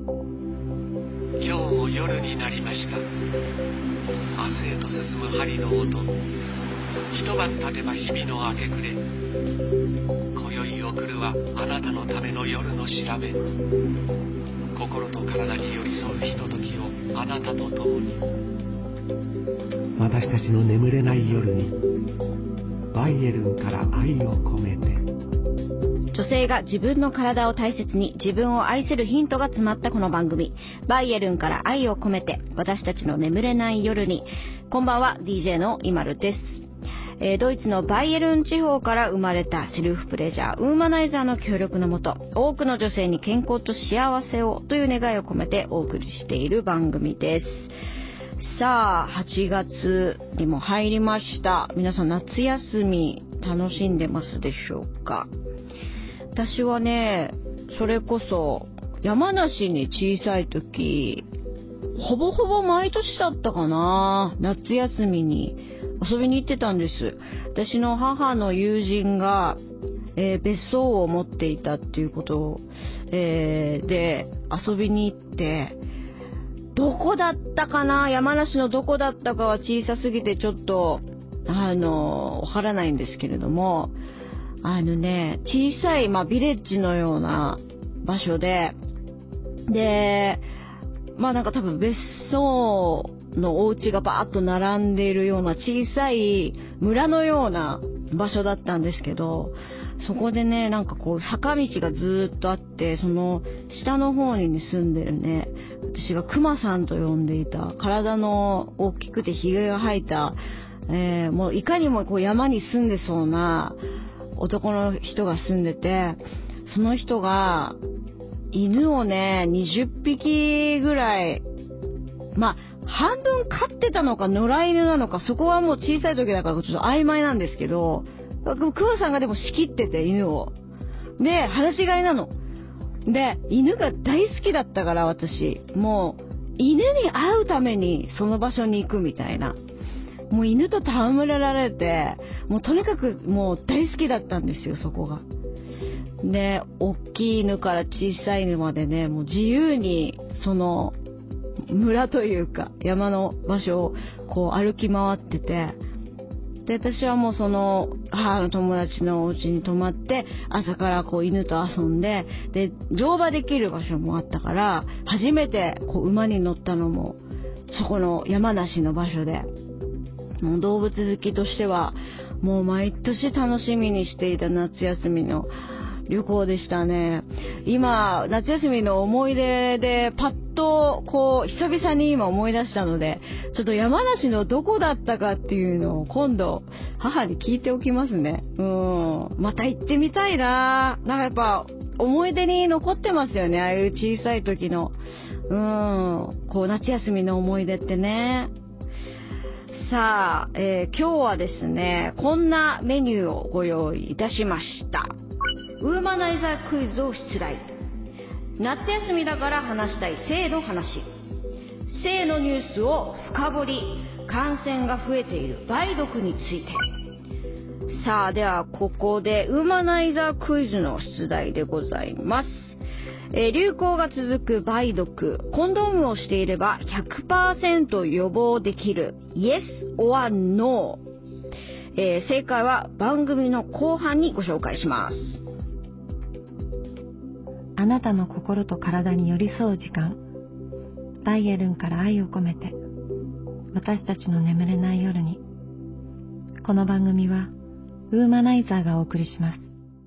今日も夜になりました。明日へと進む針の音、一晩経てば日々の明け暮れ。今宵送るはあなたのための夜の調べ。心と体に寄り添うひとときをあなたと共に。私たちの眠れない夜に、バイエルンから愛を込めて。 女性が自分の体を大切に自分を愛せるヒントが詰まったこの番組、バイエルンから愛を込めて、私たちの眠れない夜に。こんばんは、 DJ のイマルです。ドイツのバイエルン地方から生まれたセルフプレジャーウーマナイザーの協力のもと、多くの女性に健康と幸せをという願いを込めてお送りしている番組です。さあ、8月にも入りました。皆さん夏休み楽しんでますでしょうか？私はね、それこそ山梨に小さい時、ほぼほぼ毎年だったかな、夏休みに遊びに行ってたんです。私の母の友人が、別荘を持っていたっていうことで遊びに行って、どこだったかな、山梨のどこだったかは小さすぎてちょっとわからないんですけれども、小さい、ビレッジのような場所で、なんか多分別荘のお家がバーッと並んでいるような小さい村のような場所だったんですけど、そこでね、なんかこう坂道がずっとあって、その下の方に住んでるね、私がクマさんと呼んでいた、体の大きくてひげが生えた、もういかにもこう山に住んでそうな男の人が住んでて、その人が犬をね20匹ぐらい、半分飼ってたのか野良犬なのか、そこはもう小さい時だからちょっと曖昧なんですけど、クマさんがでも仕切ってて犬を、で放し飼いなので、犬が大好きだったから、私もう犬に会うためにその場所に行くみたいな、もう犬と戯れられて、もうとにかくもう大好きだったんですよ、そこが。で、大きい犬から小さい犬までね、もう自由にその村というか山の場所をこう歩き回ってて、で私はもうその母の友達のお家に泊まって、朝からこう犬と遊んで、で乗馬できる場所もあったから、初めてこう馬に乗ったのもそこの山梨の場所で、もう動物好きとしてはもう毎年楽しみにしていた夏休みの旅行でしたね。今夏休みの思い出でパッとこう久々に今思い出したので、ちょっと山梨のどこだったかっていうのを今度母に聞いておきますね。また行ってみたいな。なんかやっぱ思い出に残ってますよね、ああいう小さい時のこう夏休みの思い出ってね。さあ、今日はですね、こんなメニューをご用意いたしました。ウーマナイザークイズを出題。夏休みだから話したい性の話。性のニュースを深掘り。感染が増えている梅毒について。さあ、ではここでウーマナイザークイズの出題でございます。流行が続く梅毒、コンドームをしていれば 100% 予防できる Yes or No、正解は番組の後半にご紹介します。 あなたの心と体に寄り添う時間、バイエルンから愛を込めて、私たちの眠れない夜に。この番組はウーマナイザーがお送りします。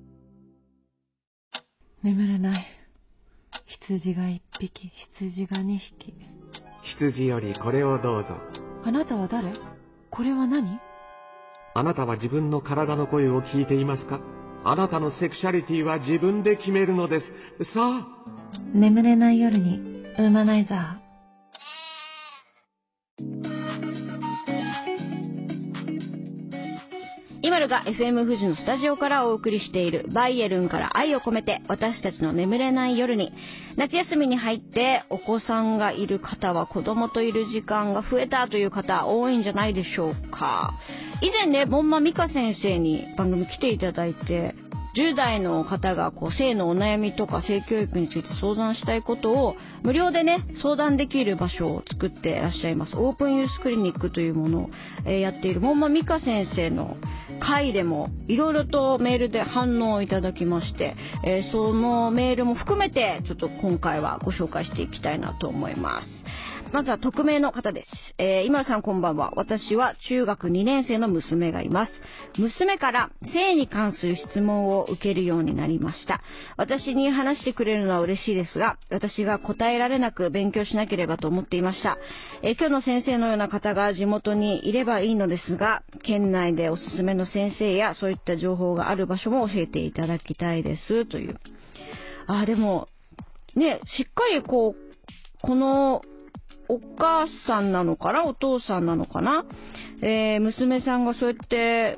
眠れない。羊が1匹、羊が2匹。 羊よりこれをどうぞ。 あなたは誰？これは何？ あなたは自分の体の声を聞いていますか？あなたのセクシャリティは自分で決めるのです。さあ、 眠れない夜にウーマナイザー。 イマルが FM 富士のスタジオからお送りしているバイエルンから愛を込めて、私たちの眠れない夜に。夏休みに入ってお子さんがいる方は子供といる時間が増えたという方多いんじゃないでしょうか。以前ね、門馬美香先生に番組来ていただいて、 10代の方が性のお悩みとか性教育について相談したいことを無料でね相談できる場所を作っていらっしゃいます。オープンユースクリニックというものをやっている門馬美香先生の回でもいろいろとメールで反応をいただきまして、そのメールも含めてちょっと今回はご紹介していきたいなと思います。まずは匿名の方です。今田さんこんばんは。私は中学2年生の娘がいます。娘から性に関する質問を受けるようになりました。私に話してくれるのは嬉しいですが、私が答えられなく勉強しなければと思っていました。今日の先生のような方が地元にいればいいのですが、県内でおすすめの先生やそういった情報がある場所も教えていただきたいですという。でもね、しっかりこのお母さんなのかなお父さんなのかな、娘さんがそうやって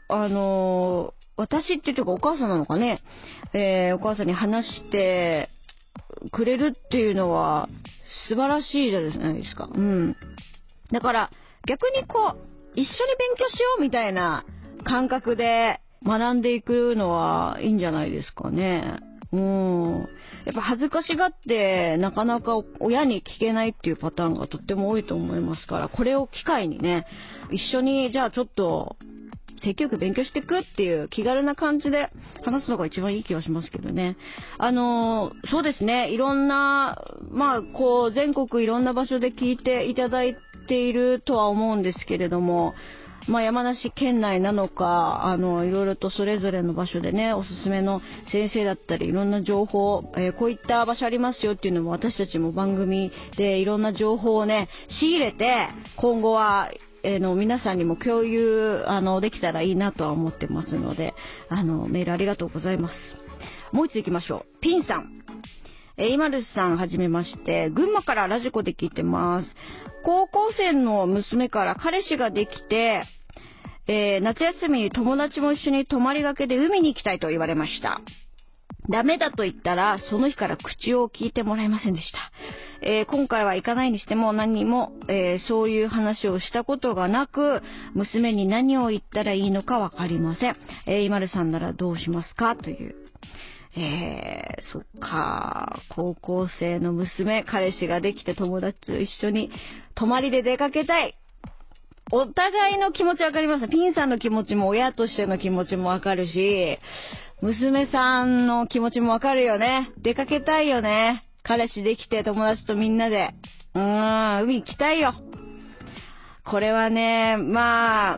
私っていうかお母さんなのかね、お母さんに話してくれるっていうのは素晴らしいじゃないですか。だから逆に一緒に勉強しようみたいな感覚で学んでいくのはいいんじゃないですかね。やっぱ恥ずかしがってなかなか親に聞けないっていうパターンがとっても多いと思いますから、これを機会にね一緒にじゃあちょっと性教育勉強していくっていう気軽な感じで話すのが一番いい気はしますけどね。そうですね、いろんな全国いろんな場所で聞いていただいているとは思うんですけれども、山梨県内なのかいろいろとそれぞれの場所でねおすすめの先生だったりいろんな情報、こういった場所ありますよっていうのも私たちも番組でいろんな情報をね仕入れて今後は皆さんにも共有できたらいいなとは思ってますのでメールありがとうございます。もう一つ行きましょう。ピンさん、今るさんはじめまして、群馬からラジコで聞いてます。高校生の娘から彼氏ができて、夏休みに友達も一緒に泊まりがけで海に行きたいと言われました。ダメだと言ったらその日から口を聞いてもらえませんでした。今回は行かないにしても何にも、そういう話をしたことがなく、娘に何を言ったらいいのかわかりません。今るさんならどうしますかという。そっか、高校生の娘、彼氏ができて友達と一緒に泊まりで出かけたい。お互いの気持ちわかります。ピンさんの気持ちも親としての気持ちもわかるし、娘さんの気持ちもわかるよね。出かけたいよね。彼氏できて友達とみんなで。海行きたいよ。これはね、ダ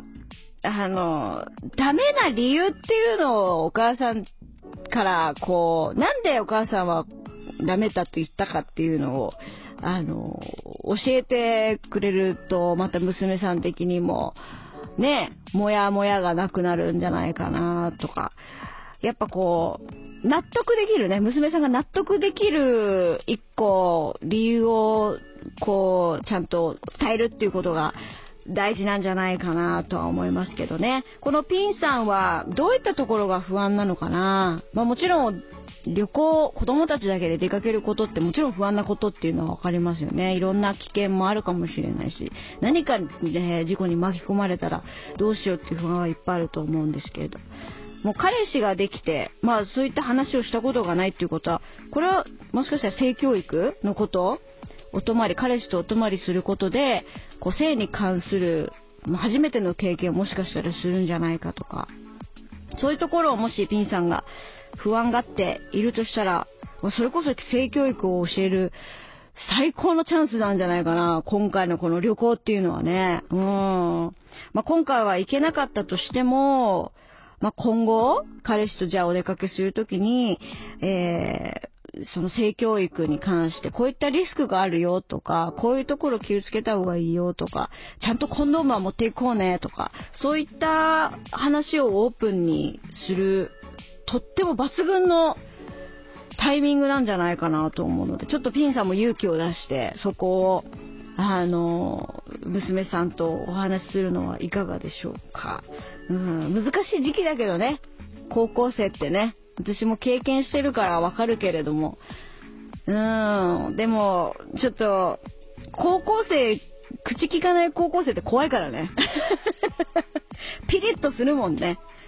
メな理由っていうのをお母さんからなんでお母さんはダメだと言ったかっていうのを教えてくれるとまた娘さん的にもねもやもやがなくなるんじゃないかなとか、やっぱ納得できるね、娘さんが納得できる一個理由をちゃんと伝えるっていうことが大事なんじゃないかなとは思いますけどね。このピンさんはどういったところが不安なのかな。もちろん旅行、子供たちだけで出かけることってもちろん不安なことっていうのは分かりますよね。いろんな危険もあるかもしれないし、何か、事故に巻き込まれたらどうしようっていう不安はいっぱいあると思うんですけれど、もう彼氏ができてそういった話をしたことがないっていうことは、これはもしかしたら性教育のこと、彼氏とお泊まりすることで性に関する初めての経験をもしかしたらするんじゃないかとか、そういうところをもしピンさんが不安がっているとしたら、それこそ性教育を教える最高のチャンスなんじゃないかな、今回のこの旅行っていうのはね。今回は行けなかったとしても、今後彼氏とじゃあお出かけするときに、その性教育に関してこういったリスクがあるよとか、こういうところ気をつけた方がいいよとか、ちゃんとコンドームは持っていこうねとか、そういった話をオープンにするとっても抜群のタイミングなんじゃないかなと思うので、ちょっとピンさんも勇気を出してそこを娘さんとお話しするのはいかがでしょうか。難しい時期だけどね、高校生ってね、私も経験してるからわかるけれども、でもちょっと高校生、口聞かない高校生って怖いからねピリッとするもんね。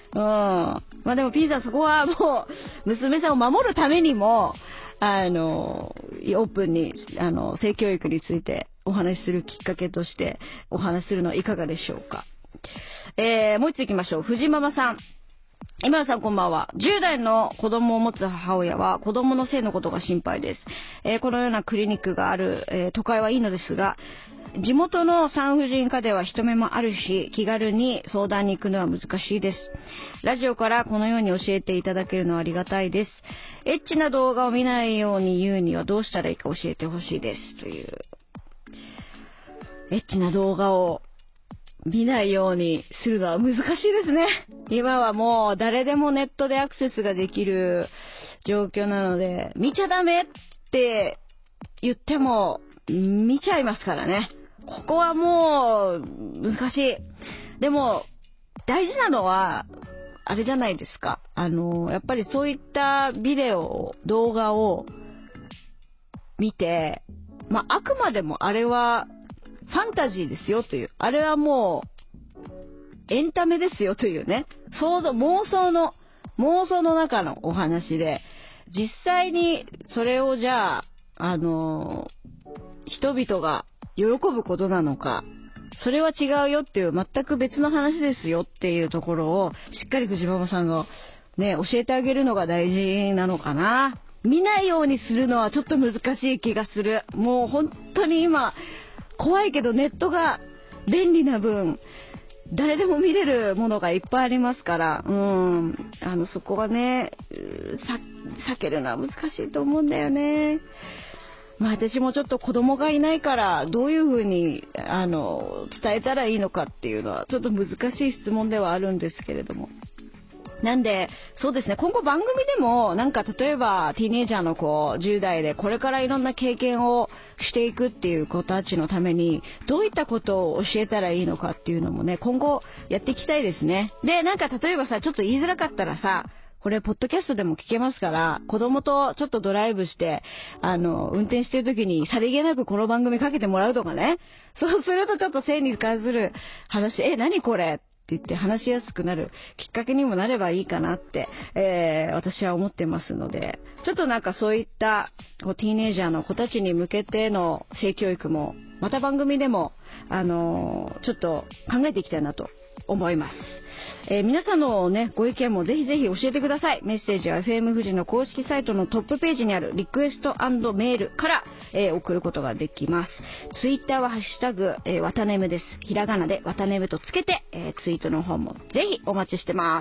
まあでも P さんそこはもう娘さんを守るためにもオープンに性教育についてお話しするきっかけとしてお話しするのはいかがでしょうか。もう一つ行きましょう。藤ママさん。今田さんこんばんは。10代の子供を持つ母親は子供の性のことが心配です。このようなクリニックがある、都会はいいのですが、地元の産婦人科では人目もあるし、気軽に相談に行くのは難しいです。ラジオからこのように教えていただけるのはありがたいです。エッチな動画を見ないように言うにはどうしたらいいか教えてほしいです。という。エッチな動画を見ないようにするのは難しいですね。今はもう誰でもネットでアクセスができる状況なので、見ちゃダメって言っても見ちゃいますからね。ここはもう難しい。でも大事なのはあれじゃないですか。やっぱりそういったビデオ、動画を見て、あくまでもあれはファンタジーですよという、あれはもうエンタメですよというね、妄想の中のお話で、実際にそれをじゃあ人々が喜ぶことなのか、それは違うよっていう全く別の話ですよっていうところをしっかり藤ママさんがね教えてあげるのが大事なのかな。見ないようにするのはちょっと難しい気がする。もう本当に今怖いけどネットが便利な分誰でも見れるものがいっぱいありますから、そこはね避けるのは難しいと思うんだよね。私もちょっと子供がいないからどういうふうに伝えたらいいのかっていうのはちょっと難しい質問ではあるんですけれども、なんでそうですね、今後番組でもなんか例えばティーネイジャーの子10代でこれからいろんな経験をしていくっていう子たちのためにどういったことを教えたらいいのかっていうのもね今後やっていきたいですね。でなんか例えばさちょっと言いづらかったらさ、これポッドキャストでも聞けますから、子供とちょっとドライブして運転してる時にさりげなくこの番組かけてもらうとかね、そうするとちょっと性に関する話何これって言って話しやすくなるきっかけにもなればいいかなって、私は思ってますので、ちょっとなんかそういったティーネイジャーの子たちに向けての性教育もまた番組でもちょっと考えていきたいなと思います。皆さんのねご意見もぜひぜひ教えてください。メッセージは FM 富士の公式サイトのトップページにあるリクエスト&メールから、送ることができます。ツイッターはハッシュタグ、わたねむです。ひらがなでわたねむとつけて、ツイートの方もぜひお待ちしてます。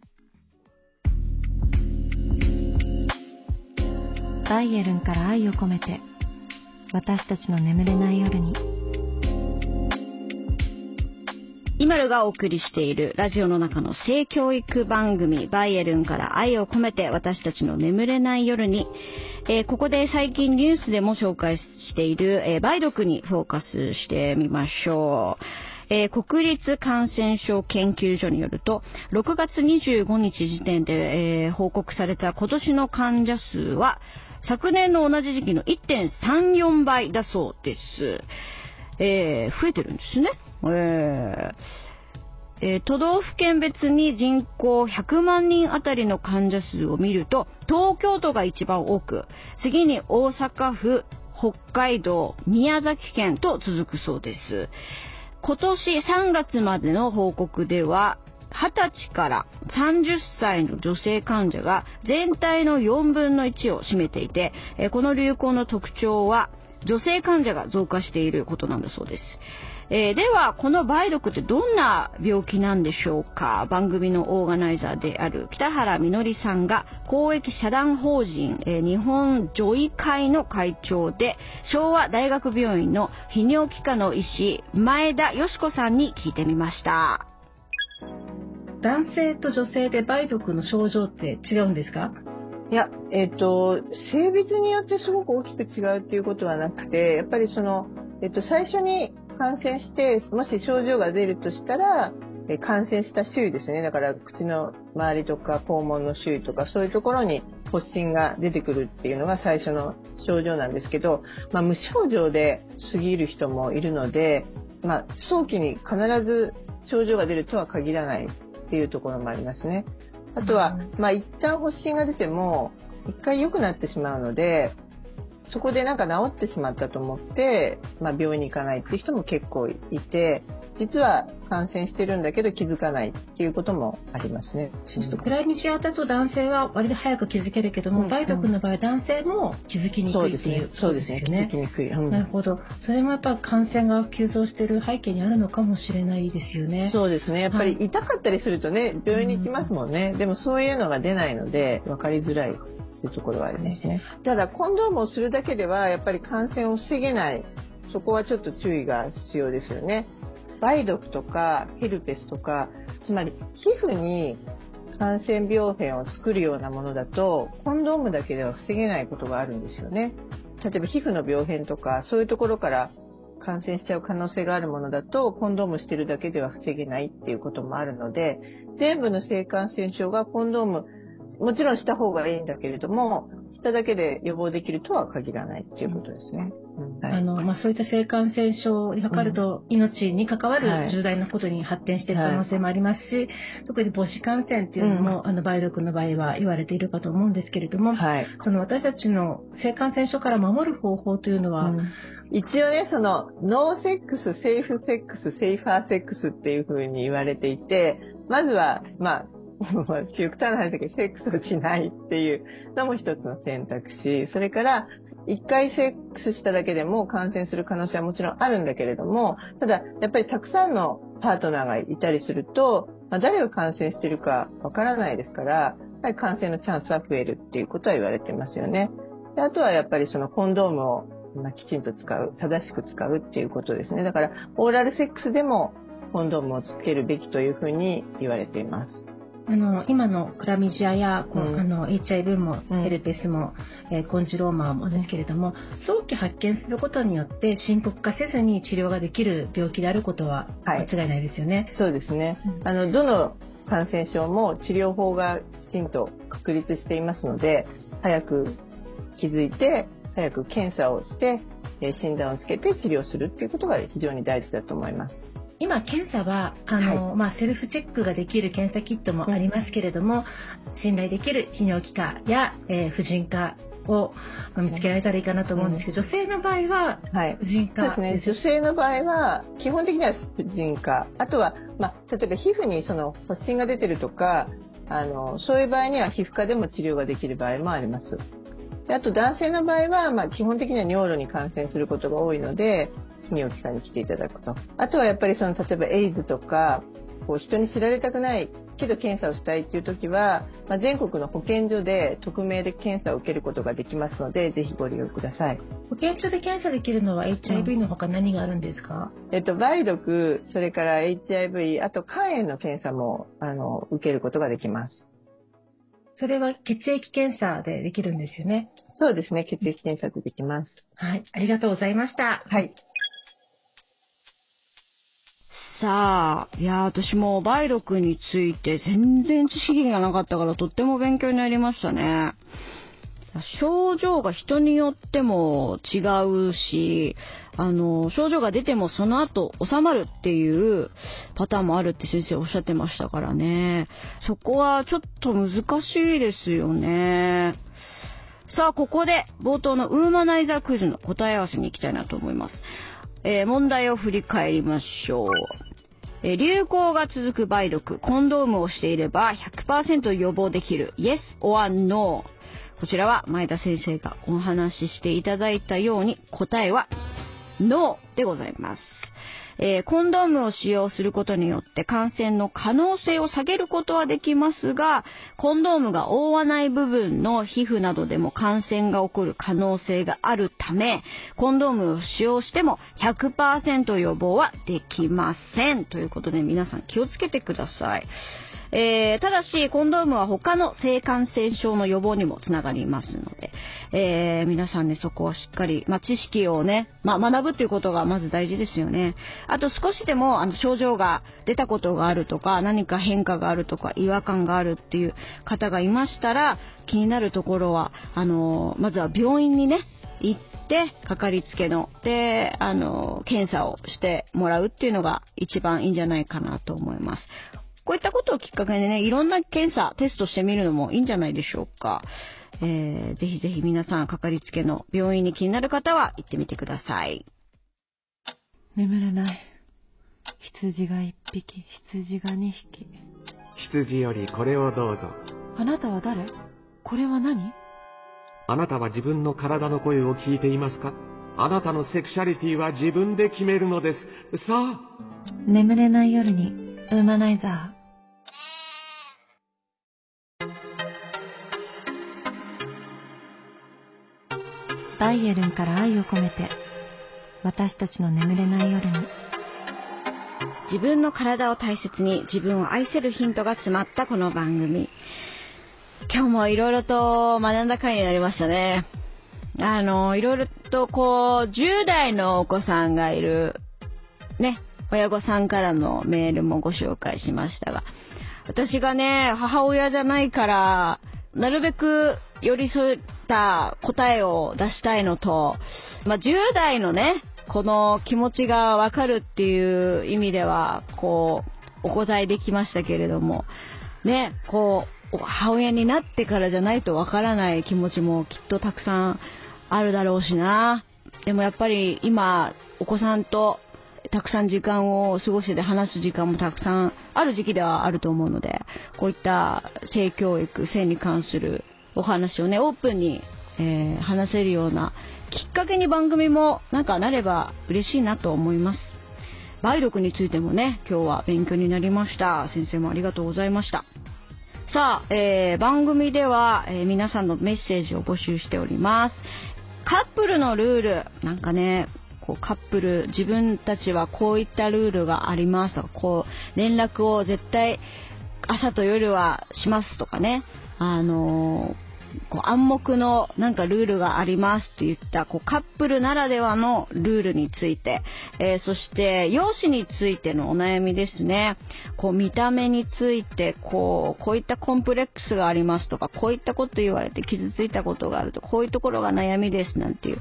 バイエルンから愛を込めて、私たちの眠れない夜に。 今るがお送りしているラジオの中の性教育番組バイエルンから愛を込めて私たちの眠れない夜に、ここで最近ニュースでも紹介している、梅毒にフォーカスしてみましょう。国立感染症研究所によると6月25日時点で、報告された今年の患者数は昨年の同じ時期の 1.34 倍だそうです。増えてるんですね。都道府県別に人口100万人あたりの患者数を見ると東京都が一番多く、次に大阪府、北海道、宮崎県と続くそうです。今年3月までの報告では20歳から30歳の女性患者が全体の4分の1を占めていて、この流行の特徴は女性患者が増加していることなんだそうです。ではこの梅毒ってどんな病気なんでしょうか。番組のオーガナイザーである北原みのりさんが公益社団法人、日本女医会の会長で昭和大学病院の泌尿器科の医師前田よし子さんに聞いてみました。 男性と女性で梅毒の症状って違うんですか？ いや、性別によってすごく大きく違うっていうことはなくて、やっぱり最初に感染してもし症状が出るとしたら、感染した周囲ですね。だから口の周りとか肛門の周囲とかそういうところに発疹が出てくるっていうのが最初の症状なんですけど、無症状で過ぎる人もいるので、早期に必ず症状が出るとは限らないっっていうところもありますね。あとは、一旦発疹が出ても一回良くなってしまうので、そこでなんか治ってしまったと思って、病院に行かないっていう人も結構いて、実は感染してるんだけど気づかないっていうこともありますね。 そうするとクラミジアだと男性は割と早く気づけるけども、梅毒の場合男性も気づきにくいっていうことですよね。 気づきにくい。 なるほど。それもやっぱ感染が急増している背景にあるのかもしれないですよね。 そうですね。やっぱり痛かったりするとね、病院に行きますもんね。でもそういうのが出ないので分かりづらいっていうところはありますね。ただコンドームをするだけではやっぱり感染を防げない。そこはちょっと注意が必要ですよね。梅毒とかヘルペスとか、つまり皮膚に感染病変を作るようなものだとコンドームだけでは防げないことがあるんですよね。例えば皮膚の病変とかそういうところから感染しちゃう可能性があるものだとコンドームしてるだけでは防げないっていうこともあるので、全部の性感染症がコンドームもちろんした方がいいんだけれども、しただけで予防できるとは限らないっていうことですね。 そういった性感染症にかかると命に関わる重大なことに発展している可能性もありますし、特に母子感染っていうのも、梅毒の場合は言われているかと思うんですけれども、その私たちの性感染症から守る方法というのは、 一応ね、そのノーセックス、セーフセックス、セーファーセックスっていうふうに言われていて、まずは極端な話だけどセックスをしないっていうのも一つの選択肢。それから一回セックスしただけでも感染する可能性はもちろんあるんだけれども、ただやっぱりたくさんのパートナーがいたりすると、誰が感染しているかわからないですから、やっぱり感染のチャンスは増えるっていうことは言われてますよね。で、あとはやっぱりそのコンドームをきちんと使う、正しく使うっていうことですね。だからオーラルセックスでもコンドームをつけるべきというふうに言われています。 今のクラミジアや、HIV もヘルペスも、コンジローマもですけれども、早期発見することによって深刻化せずに治療ができる病気であることは間違いないですよね。 そうですね。どの感染症も治療法がきちんと確立していますので、早く気づいて早く検査をして診断をつけて治療するっていうことが非常に大事だと思います。 今検査はセルフチェックができる検査キットもありますけれども、信頼できる泌尿器科や、婦人科を見つけられたらいいかなと思うんですけど、女性の場合は婦人科です、 そうですね。女性の場合は基本的には婦人科、あとは、例えば皮膚にその発疹が出てるとか、そういう場合には皮膚科でも治療ができる場合もあります。で、あと男性の場合は、基本的には尿路に感染することが多いので泌尿器科に来ていただくと。あとはやっぱり例えばエイズとか人に知られたくないけど検査をしたいっていう時は、全国の保健所で匿名で検査を受けることができますので、ぜひご利用ください。 保健所で検査できるのは HIV の他何があるんですか？ 梅毒、それから HIV、あと肝炎の検査も受けることができます。 それは血液検査でできるんですよね。 そうですね。血液検査でできます。 はい、ありがとうございました。 はい。 さあ、私も梅毒について全然知識がなかったからとっても勉強になりましたね。症状が人によっても違うし、症状が出てもその後収まるっていうパターンもあるって先生おっしゃってましたからね。そこはちょっと難しいですよね。さあ、ここで冒頭のウーマナイザークイズの答え合わせに行きたいなと思います。問題を振り返りましょう。流行が続く梅毒、コンドームをしていれば 100% 予防できる Yes or No。こちらは前田先生がお話ししていただいたように答えは No でございます。コンドームを使用することによって感染の可能性を下げることはできますが、コンドームが覆わない部分の皮膚などでも感染が起こる可能性があるため、コンドームを使用しても 100% 予防はできません。ということで皆さん気をつけてください。ただしコンドームは他の性感染症の予防にもつながりますので、皆さんね、そこはしっかり、知識をね、学ぶということがまず大事ですよね。あと少しでも症状が出たことがあるとか、何か変化があるとか違和感があるっていう方がいましたら、気になるところはまずは病院にね行ってかかりつけので検査をしてもらうっていうのが一番いいんじゃないかなと思います。 こういったことをきっかけにね、いろんな検査、テストしてみるのもいいんじゃないでしょうか。ぜひぜひ皆さん、かかりつけの病院に気になる方は行ってみてください。 眠れない。羊が1匹、羊が2匹。 羊よりこれをどうぞ。 あなたは誰？これは何？ あなたは自分の体の声を聞いていますか？あなたのセクシャリティは自分で決めるのです。さあ。 眠れない夜にウーマナイザー。バイエルンから愛を込めて、私たちの眠れない夜に。 自分の体を大切に自分を愛せるヒントが詰まったこの番組。今日もいろいろと学んだ回になりましたね。いろいろと10代のお子さんがいるね、親御さんからのメールもご紹介しましたが、私がね、母親じゃないからなるべく寄り添った答えを出したいのと、10代のね、この気持ちがわかるっていう意味ではお答えできましたけれどもね、母親になってからじゃないとわからない気持ちもきっとたくさんあるだろうしな。でもやっぱり今お子さんとたくさん時間を過ごして話す時間もたくさんある時期ではあると思うので、こういった性教育、性に関するお話をね、オープンに、話せるようなきっかけに番組もなれば嬉しいなと思います。梅毒についてもね、今日は勉強になりました。先生もありがとうございました。さあ、番組では、皆さんのメッセージを募集しております。カップルのルール、カップル、自分たちはこういったルールがありますとか、連絡を絶対朝と夜はしますとかね、暗黙のルールがありますって言ったカップルならではのルールについて、そして容姿についてのお悩みですね。見た目についてこういったコンプレックスがありますとか、こういったこと言われて傷ついたことがあると、こういうところが悩みですなんていう、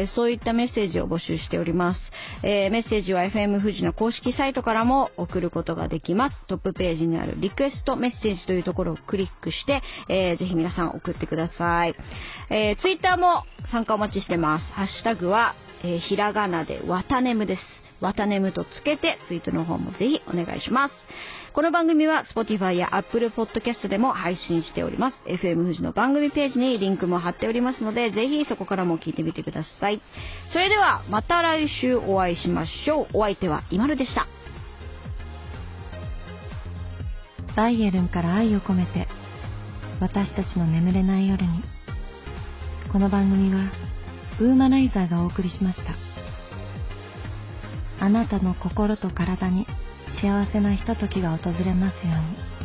そういったメッセージを募集しております。メッセージは FM 富士の公式サイトからも送ることができます。トップページにあるリクエストメッセージというところをクリックして、ぜひ皆さん送ってください。ツイッターも参加お待ちしてます。ハッシュタグは、ひらがなでわたねむです。わたねむとつけてツイートの方もぜひお願いします。この番組は Spotify や Apple Podcast でも配信しております。FM 富士の番組ページにリンクも貼っておりますので、ぜひそこからも聞いてみてください。それではまた来週お会いしましょう。お相手は今るでした。 バイエルンから愛を込めて、私たちの眠れない夜に。この番組はウーマナイザーがお送りしました。あなたの心と体に幸せなひとときが訪れますように。